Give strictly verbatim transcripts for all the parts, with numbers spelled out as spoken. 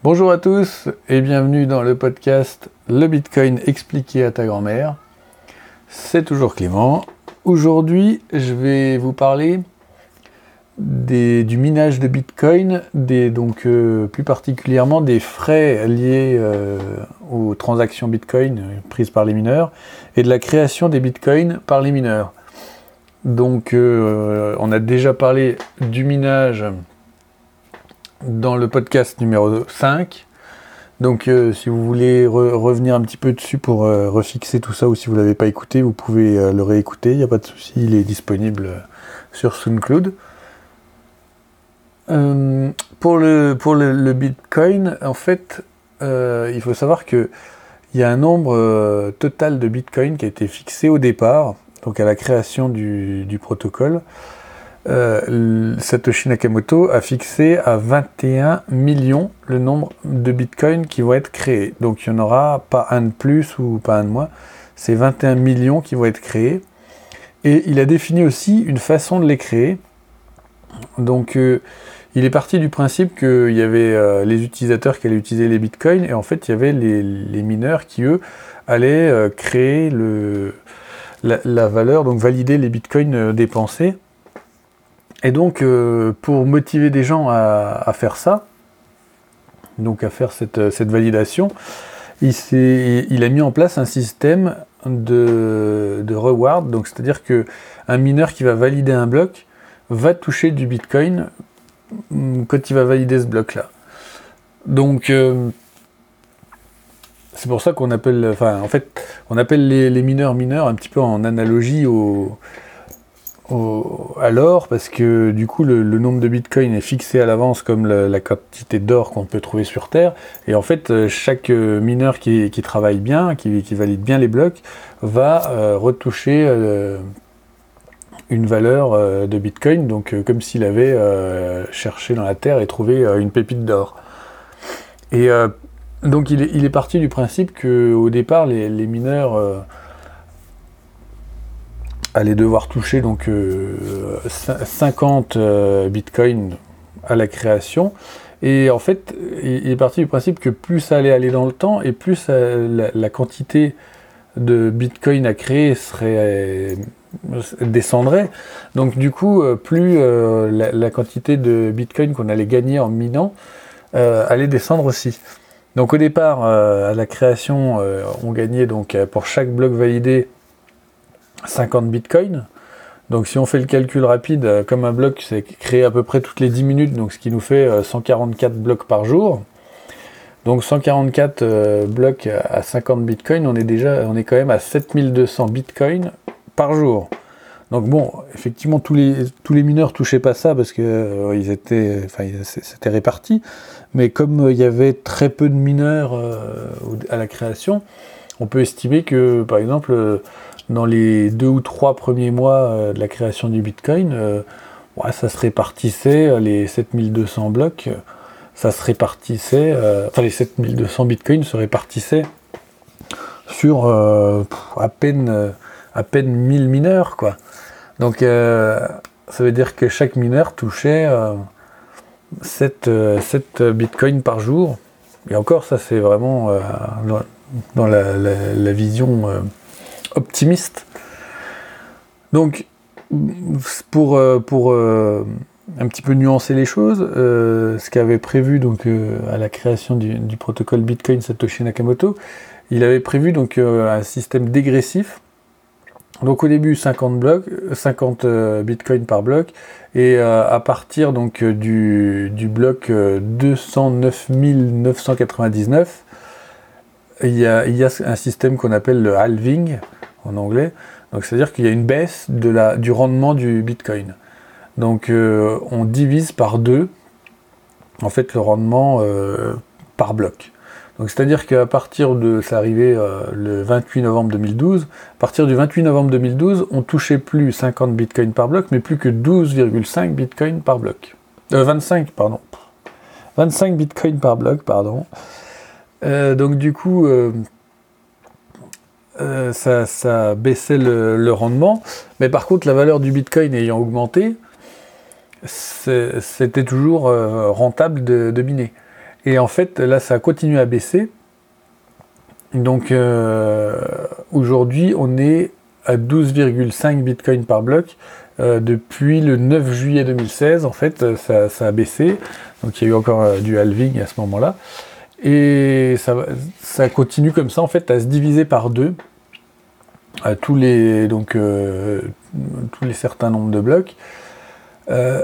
Bonjour à tous et bienvenue dans le podcast Le Bitcoin expliqué à ta grand-mère. C'est toujours Clément. Aujourd'hui, je vais vous parler des, du minage de Bitcoin, des, donc euh, plus particulièrement des frais liés euh, aux transactions Bitcoin prises par les mineurs et de la création des Bitcoins par les mineurs. Donc, euh, on a déjà parlé du minage dans le podcast numéro cinq. Donc euh, si vous voulez re- revenir un petit peu dessus pour euh, refixer tout ça, ou si vous ne l'avez pas écouté, vous pouvez euh, le réécouter, il n'y a pas de souci, il est disponible euh, sur SoundCloud. Euh, pour le, pour le, le Bitcoin, en fait, euh, il faut savoir qu'il y a un nombre euh, total de Bitcoin qui a été fixé au départ, donc à la création du, du protocole. Euh, Satoshi Nakamoto a fixé à vingt et un millions le nombre de bitcoins qui vont être créés. Donc il n'y en aura pas un de plus ou pas un de moins, c'est vingt et un millions qui vont être créés. Et il a défini aussi une façon de les créer. Donc euh, il est parti du principe qu'il y avait euh, les utilisateurs qui allaient utiliser les bitcoins, et en fait il y avait les, les mineurs qui eux allaient euh, créer le, la, la valeur, donc valider les bitcoins euh, dépensés. Et donc, euh, pour motiver des gens à, à faire ça, donc à faire cette, cette validation, il, s'est, il a mis en place un système de, de reward, donc c'est-à-dire qu'un mineur qui va valider un bloc va toucher du Bitcoin quand il va valider ce bloc-là. Donc, euh, c'est pour ça qu'on appelle, enfin, en fait, on appelle les, les mineurs mineurs un petit peu en analogie au... Au, à l'or, parce que du coup le, le nombre de bitcoin est fixé à l'avance comme la, la quantité d'or qu'on peut trouver sur Terre, et en fait chaque mineur qui, qui travaille bien, qui, qui valide bien les blocs, va euh, retoucher euh, une valeur euh, de bitcoin, donc euh, comme s'il avait euh, cherché dans la Terre et trouvé euh, une pépite d'or. Et euh, donc il est, il est parti du principe qu'au départ les, les mineurs euh, allait devoir toucher donc euh, cinquante euh, bitcoins à la création, et en fait il est parti du principe que plus ça allait aller dans le temps et plus ça, la, la quantité de bitcoin à créer serait euh, descendrait, donc du coup plus euh, la, la quantité de bitcoin qu'on allait gagner en minant euh, allait descendre aussi. Donc au départ euh, à la création euh, on gagnait donc pour chaque bloc validé cinquante bitcoins. Donc si on fait le calcul rapide, comme un bloc c'est créé à peu près toutes les dix minutes, donc ce qui nous fait cent quarante-quatre blocs par jour. Donc cent quarante-quatre euh, blocs à cinquante bitcoins, on est déjà on est quand même à sept mille deux cents bitcoins par jour. Donc bon, effectivement tous les tous les mineurs touchaient pas ça parce que euh, ils étaient enfin c'était réparti, mais comme euh, il y avait très peu de mineurs euh, à la création, on peut estimer que par exemple euh, dans les deux ou trois premiers mois euh, de la création du Bitcoin, euh, ouais, ça se répartissait, euh, les sept mille deux cents blocs, euh, ça se répartissait, euh, enfin les sept mille deux cents Bitcoins se répartissaient sur euh, pff, à peine euh, à peine mille mineurs, quoi. Donc euh, ça veut dire que chaque mineur touchait euh, sept, euh, sept Bitcoins par jour, et encore ça c'est vraiment euh, dans, dans la, la, la vision euh, optimiste. Donc pour, euh, pour euh, un petit peu nuancer les choses, euh, ce qu'avait prévu donc euh, à la création du, du protocole Bitcoin Satoshi Nakamoto, il avait prévu donc euh, un système dégressif. Donc au début cinquante blocs, cinquante euh, bitcoins par bloc, et euh, à partir donc du, du bloc euh, deux cent neuf mille neuf cent quatre-vingt-dix-neuf, il y a, il y a un système qu'on appelle le halving en anglais. Donc c'est-à-dire qu'il y a une baisse de la, du rendement du Bitcoin. Donc euh, on divise par deux en fait le rendement euh, par bloc. Donc c'est-à-dire qu'à partir de, c'est arrivé euh, le vingt-huit novembre deux mille douze, à partir du vingt-huit novembre deux mille douze, on touchait plus cinquante bitcoins par bloc, mais plus que douze virgule cinq bitcoins par bloc. Euh, vingt-cinq, pardon. vingt-cinq bitcoins par bloc, pardon. Euh, donc du coup, euh, euh, ça, ça baissait le, le rendement, mais par contre la valeur du Bitcoin ayant augmenté, c'est, c'était toujours euh, rentable de, de miner. Et en fait, là, ça a continué à baisser. Donc, euh, aujourd'hui, on est à douze virgule cinq bitcoins par bloc. Euh, depuis le neuf juillet deux mille seize, en fait, ça, ça a baissé. Donc, il y a eu encore euh, du halving à ce moment-là. Et ça, ça continue comme ça, en fait, à se diviser par deux. À tous les, donc, euh, tous les certains nombres de blocs. Euh,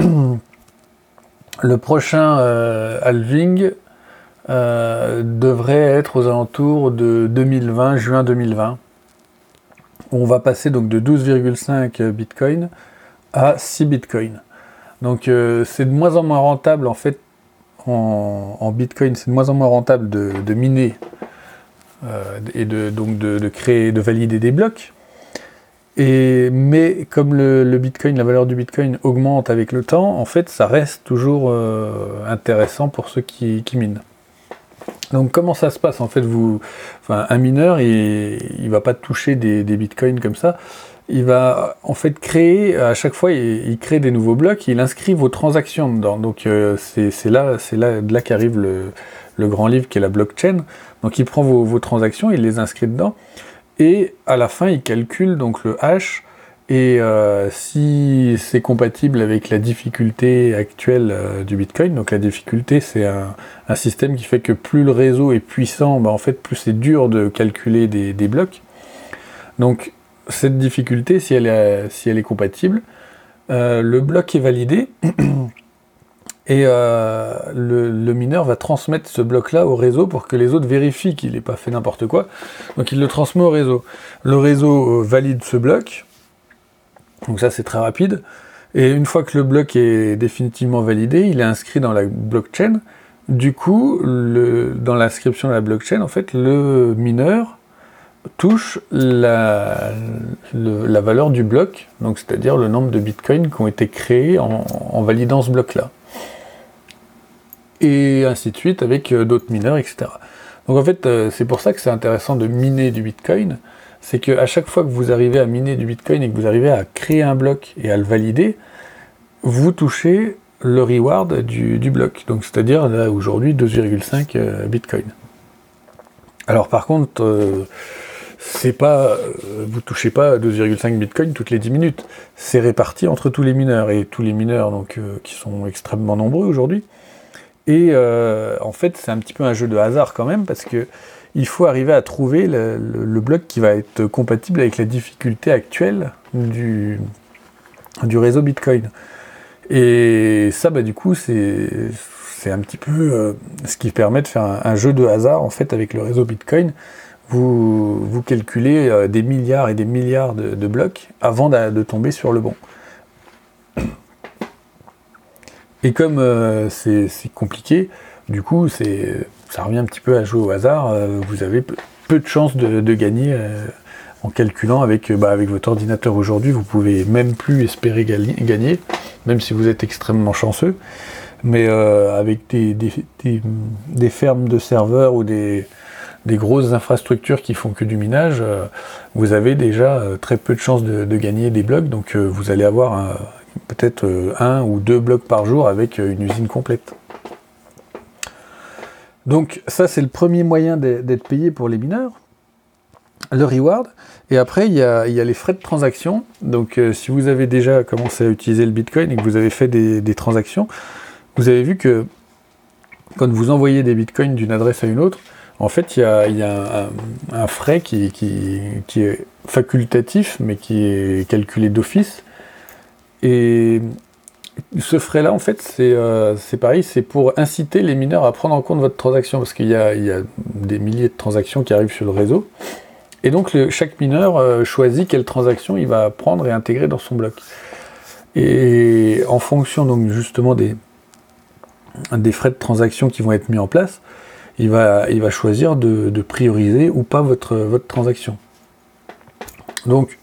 le prochain euh, halving euh, devrait être aux alentours de deux mille vingt, juin deux mille vingt. Où on va passer donc de douze virgule cinq bitcoins à six bitcoins. Donc euh, c'est de moins en moins rentable en fait en, en bitcoin, c'est de moins en moins rentable de, de miner euh, et de, donc de, de créer, de valider des blocs. Et, mais comme le, le bitcoin, la valeur du bitcoin augmente avec le temps, en fait ça reste toujours euh, intéressant pour ceux qui, qui minent. Donc comment ça se passe en fait vous, enfin, un mineur il, il va pas toucher des, des bitcoins comme ça, il va en fait créer, à chaque fois il, il crée des nouveaux blocs, il inscrit vos transactions dedans, donc euh, c'est, c'est là, c'est là, de là qu'arrive le, le grand livre qui est la blockchain, donc il prend vos, vos transactions, il les inscrit dedans, et à la fin il calcule donc le hash, et euh, si c'est compatible avec la difficulté actuelle euh, du Bitcoin, donc la difficulté c'est un, un système qui fait que plus le réseau est puissant, bah en fait plus c'est dur de calculer des, des blocs. Donc cette difficulté, si elle est, si elle est compatible, euh, le bloc est validé et euh, le, le mineur va transmettre ce bloc-là au réseau pour que les autres vérifient qu'il n'ait pas fait n'importe quoi. Donc il le transmet au réseau. Le réseau euh, valide ce bloc. Donc ça c'est très rapide, et une fois que le bloc est définitivement validé, il est inscrit dans la blockchain. Du coup, le, dans l'inscription de la blockchain, en fait, le mineur touche la, le, la valeur du bloc, donc c'est-à-dire le nombre de bitcoins qui ont été créés en, en validant ce bloc-là. Et ainsi de suite avec d'autres mineurs, et cetera. Donc en fait, c'est pour ça que c'est intéressant de miner du bitcoin. C'est qu'à chaque fois que vous arrivez à miner du bitcoin et que vous arrivez à créer un bloc et à le valider, vous touchez le reward du, du bloc. Donc c'est-à-dire là aujourd'hui douze virgule cinq euh, bitcoin. Alors par contre, euh, c'est pas, euh, vous touchez pas douze virgule cinq bitcoin toutes les dix minutes. C'est réparti entre tous les mineurs et tous les mineurs donc euh, qui sont extrêmement nombreux aujourd'hui. Et euh, en fait, c'est un petit peu un jeu de hasard quand même parce que il faut arriver à trouver le, le, le bloc qui va être compatible avec la difficulté actuelle du, du réseau Bitcoin. Et ça, bah, du coup, c'est, c'est un petit peu euh, ce qui permet de faire un, un jeu de hasard, en fait, avec le réseau Bitcoin. Vous, vous calculez euh, des milliards et des milliards de, de blocs avant de, de tomber sur le bon. Et comme euh, c'est, c'est compliqué, du coup, c'est, ça revient un petit peu à jouer au hasard. Euh, vous avez peu, peu de chances de, de gagner euh, en calculant avec, bah, avec votre ordinateur aujourd'hui. Vous pouvez même plus espérer gagner, même si vous êtes extrêmement chanceux. Mais euh, avec des, des, des, des fermes de serveurs ou des, des grosses infrastructures qui font que du minage, euh, vous avez déjà euh, très peu de chances de, de gagner des blocs. Donc euh, vous allez avoir un, peut-être euh, un ou deux blocs par jour avec euh, une usine complète. Donc ça c'est le premier moyen d'être payé pour les mineurs, le reward. Et après il y a, il y a les frais de transaction. Donc euh, si vous avez déjà commencé à utiliser le Bitcoin et que vous avez fait des, des transactions, vous avez vu que quand vous envoyez des Bitcoins d'une adresse à une autre, en fait il y a, il y a un, un frais qui, qui, qui est facultatif mais qui est calculé d'office. Et ce frais-là, en fait, c'est euh, c'est pareil, c'est pour inciter les mineurs à prendre en compte votre transaction, parce qu'il y a, il y a des milliers de transactions qui arrivent sur le réseau, et donc le, chaque mineur euh, choisit quelle transaction il va prendre et intégrer dans son bloc. Et en fonction donc justement des, des frais de transaction qui vont être mis en place, il va, il va choisir de, de prioriser ou pas votre, votre transaction. Donc,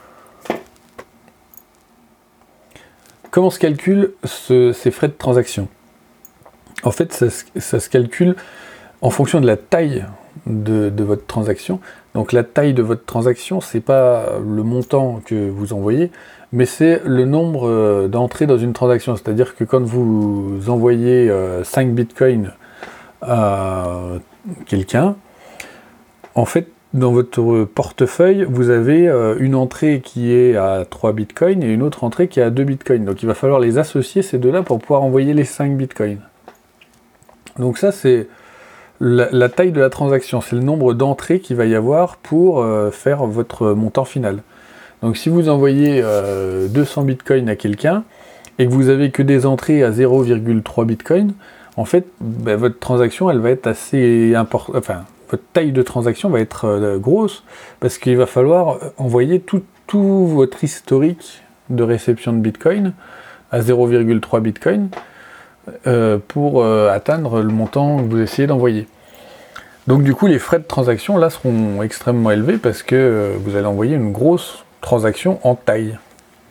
comment se calculent ce, ces frais de transaction? En fait, ça, ça se calcule en fonction de la taille de, de votre transaction. Donc la taille de votre transaction, c'est pas le montant que vous envoyez, mais c'est le nombre d'entrées dans une transaction. C'est-à-dire que quand vous envoyez euh, cinq bitcoins à quelqu'un, en fait, dans votre portefeuille, vous avez euh, une entrée qui est à trois bitcoins et une autre entrée qui est à deux bitcoins. Donc il va falloir les associer, ces deux-là, pour pouvoir envoyer les cinq bitcoins. Donc ça, c'est la, la taille de la transaction, c'est le nombre d'entrées qu'il va y avoir pour euh, faire votre montant final. Donc si vous envoyez euh, deux cents bitcoins à quelqu'un et que vous avez que des entrées à zéro virgule trois bitcoin, en fait, ben, votre transaction, elle va être assez importante, enfin, votre taille de transaction va être euh, grosse, parce qu'il va falloir envoyer tout, tout votre historique de réception de bitcoin à zéro virgule trois bitcoin euh, pour euh, atteindre le montant que vous essayez d'envoyer. Donc du coup, les frais de transaction, là, seront extrêmement élevés, parce que euh, vous allez envoyer une grosse transaction en taille.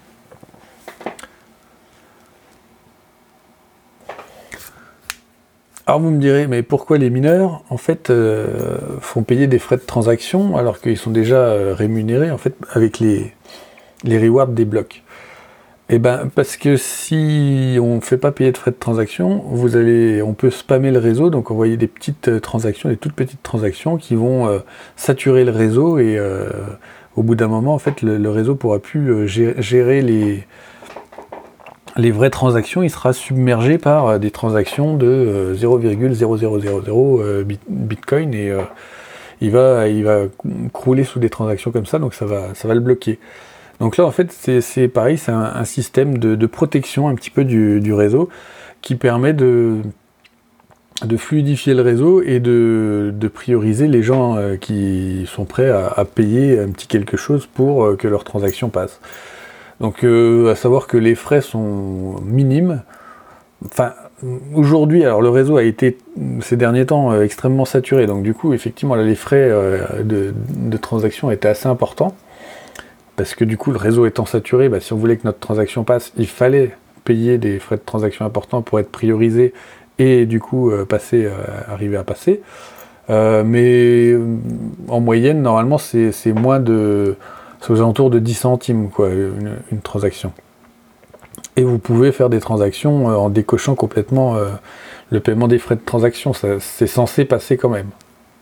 Alors vous me direz, mais pourquoi les mineurs, en fait, euh, font payer des frais de transaction alors qu'ils sont déjà euh, rémunérés, en fait, avec les, les rewards des blocs? Eh ben, parce que si on ne fait pas payer de frais de transaction, vous allez, on peut spammer le réseau, donc envoyer des petites transactions, des toutes petites transactions qui vont euh, saturer le réseau, et euh, au bout d'un moment, en fait, le, le réseau ne pourra plus euh, gérer les... les vraies transactions, il sera submergé par des transactions de euh, zéro virgule zéro zéro zéro zéro euh, bitcoin, et euh, il va, il va crouler sous des transactions comme ça, donc ça va, ça va le bloquer. Donc là, en fait, c'est pareil, c'est un, un système de, de protection un petit peu du, du réseau qui permet de, de fluidifier le réseau et de, de prioriser les gens euh, qui sont prêts à, à payer un petit quelque chose pour euh, que leur transaction passe. Donc, euh, à savoir que les frais sont minimes. Enfin, aujourd'hui, alors le réseau a été, ces derniers temps, euh, extrêmement saturé. Donc, du coup, effectivement, là, les frais euh, de, de transaction étaient assez importants. Parce que, du coup, le réseau étant saturé, bah, si on voulait que notre transaction passe, il fallait payer des frais de transaction importants pour être priorisé et, du coup, euh, passer, euh, arriver à passer. Euh, mais, en moyenne, normalement, c'est moins de... c'est aux alentours de dix centimes, quoi, une, une transaction. Et vous pouvez faire des transactions euh, en décochant complètement euh, le paiement des frais de transaction. C'est censé passer quand même.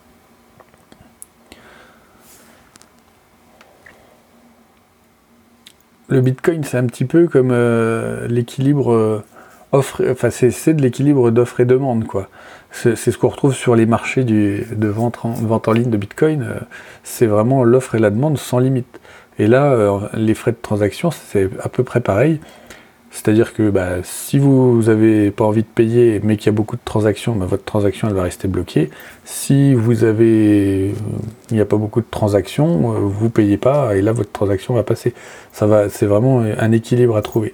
Le Bitcoin, c'est un petit peu comme euh, l'équilibre euh, offre, enfin c'est de l'équilibre d'offre et demande, quoi. C'est ce qu'on retrouve sur les marchés du, de, vente en, de vente en ligne de Bitcoin. Euh, c'est vraiment l'offre et la demande sans limite. Et là, euh, les frais de transaction, c'est à peu près pareil. C'est-à-dire que bah, si vous n'avez pas envie de payer, mais qu'il y a beaucoup de transactions, bah, votre transaction elle va rester bloquée. Si vous avez, il n'y a pas beaucoup de transactions, euh, vous ne payez pas, et là votre transaction va passer. Ça va, c'est vraiment un équilibre à trouver.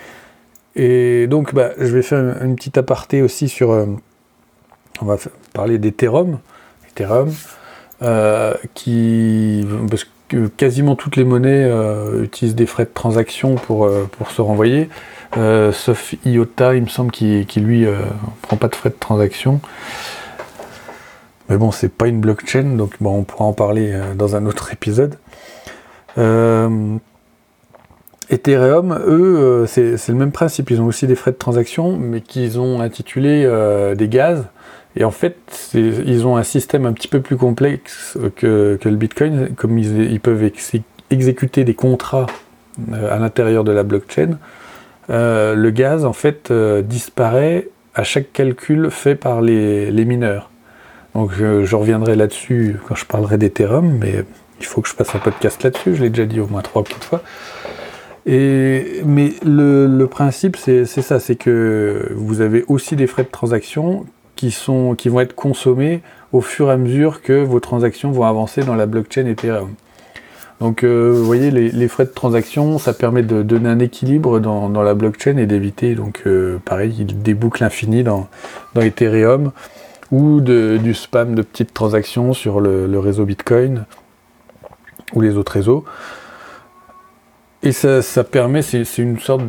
Et donc, bah, je vais faire une, une petite aparté aussi sur, euh, on va parler d'Ethereum, Ethereum, euh, qui, parce que quasiment toutes les monnaies euh, utilisent des frais de transaction pour, euh, pour se renvoyer, euh, sauf I O T A, il me semble, qui, qui lui euh, prend pas de frais de transaction. Mais bon, c'est pas une blockchain, donc bon, on pourra en parler euh, dans un autre épisode. Euh, Ethereum, eux, euh, c'est le même principe, ils ont aussi des frais de transaction, mais qu'ils ont intitulé euh, des gaz. Et en fait, ils ont un système un petit peu plus complexe que, que le Bitcoin, comme ils, ils peuvent ex exécuter des contrats euh, à l'intérieur de la blockchain. Euh, le gaz, en fait, euh, disparaît à chaque calcul fait par les, les mineurs. Donc, je, je reviendrai là-dessus quand je parlerai d'Ethereum, mais il faut que je fasse un podcast là-dessus, je l'ai déjà dit au moins trois ou quatre fois. Et, mais le, le principe, c'est ça, c'est que vous avez aussi des frais de transaction qui, sont, qui vont être consommés au fur et à mesure que vos transactions vont avancer dans la blockchain Ethereum. Donc euh, vous voyez, les, les frais de transaction, ça permet de donner un équilibre dans, dans la blockchain et d'éviter, donc euh, pareil, des boucles infinies dans, dans Ethereum, ou de, du spam de petites transactions sur le, le réseau Bitcoin ou les autres réseaux. Et ça, ça permet, c'est une sorte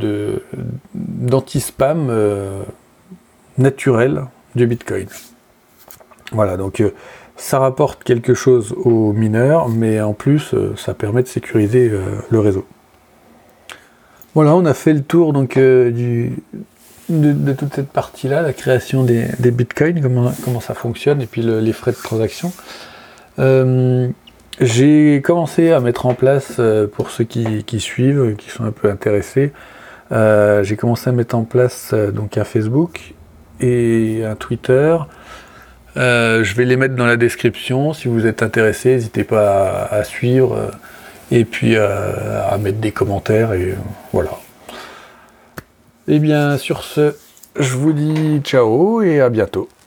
d'anti-spam euh, naturel du Bitcoin. Voilà, donc euh, ça rapporte quelque chose aux mineurs, mais en plus, euh, ça permet de sécuriser euh, le réseau. Voilà, on a fait le tour donc euh, du, de, de toute cette partie-là, la création des, des bitcoins, comment, comment ça fonctionne, et puis le, les frais de transaction. Euh, j'ai commencé à mettre en place, euh, pour ceux qui, qui suivent, qui sont un peu intéressés, euh, j'ai commencé à mettre en place euh, donc un Facebook et un Twitter. Euh, je vais les mettre dans la description. Si vous êtes intéressés, n'hésitez pas à, à suivre euh, et puis euh, à mettre des commentaires. Et euh, voilà. Et bien sur ce, je vous dis ciao et à bientôt.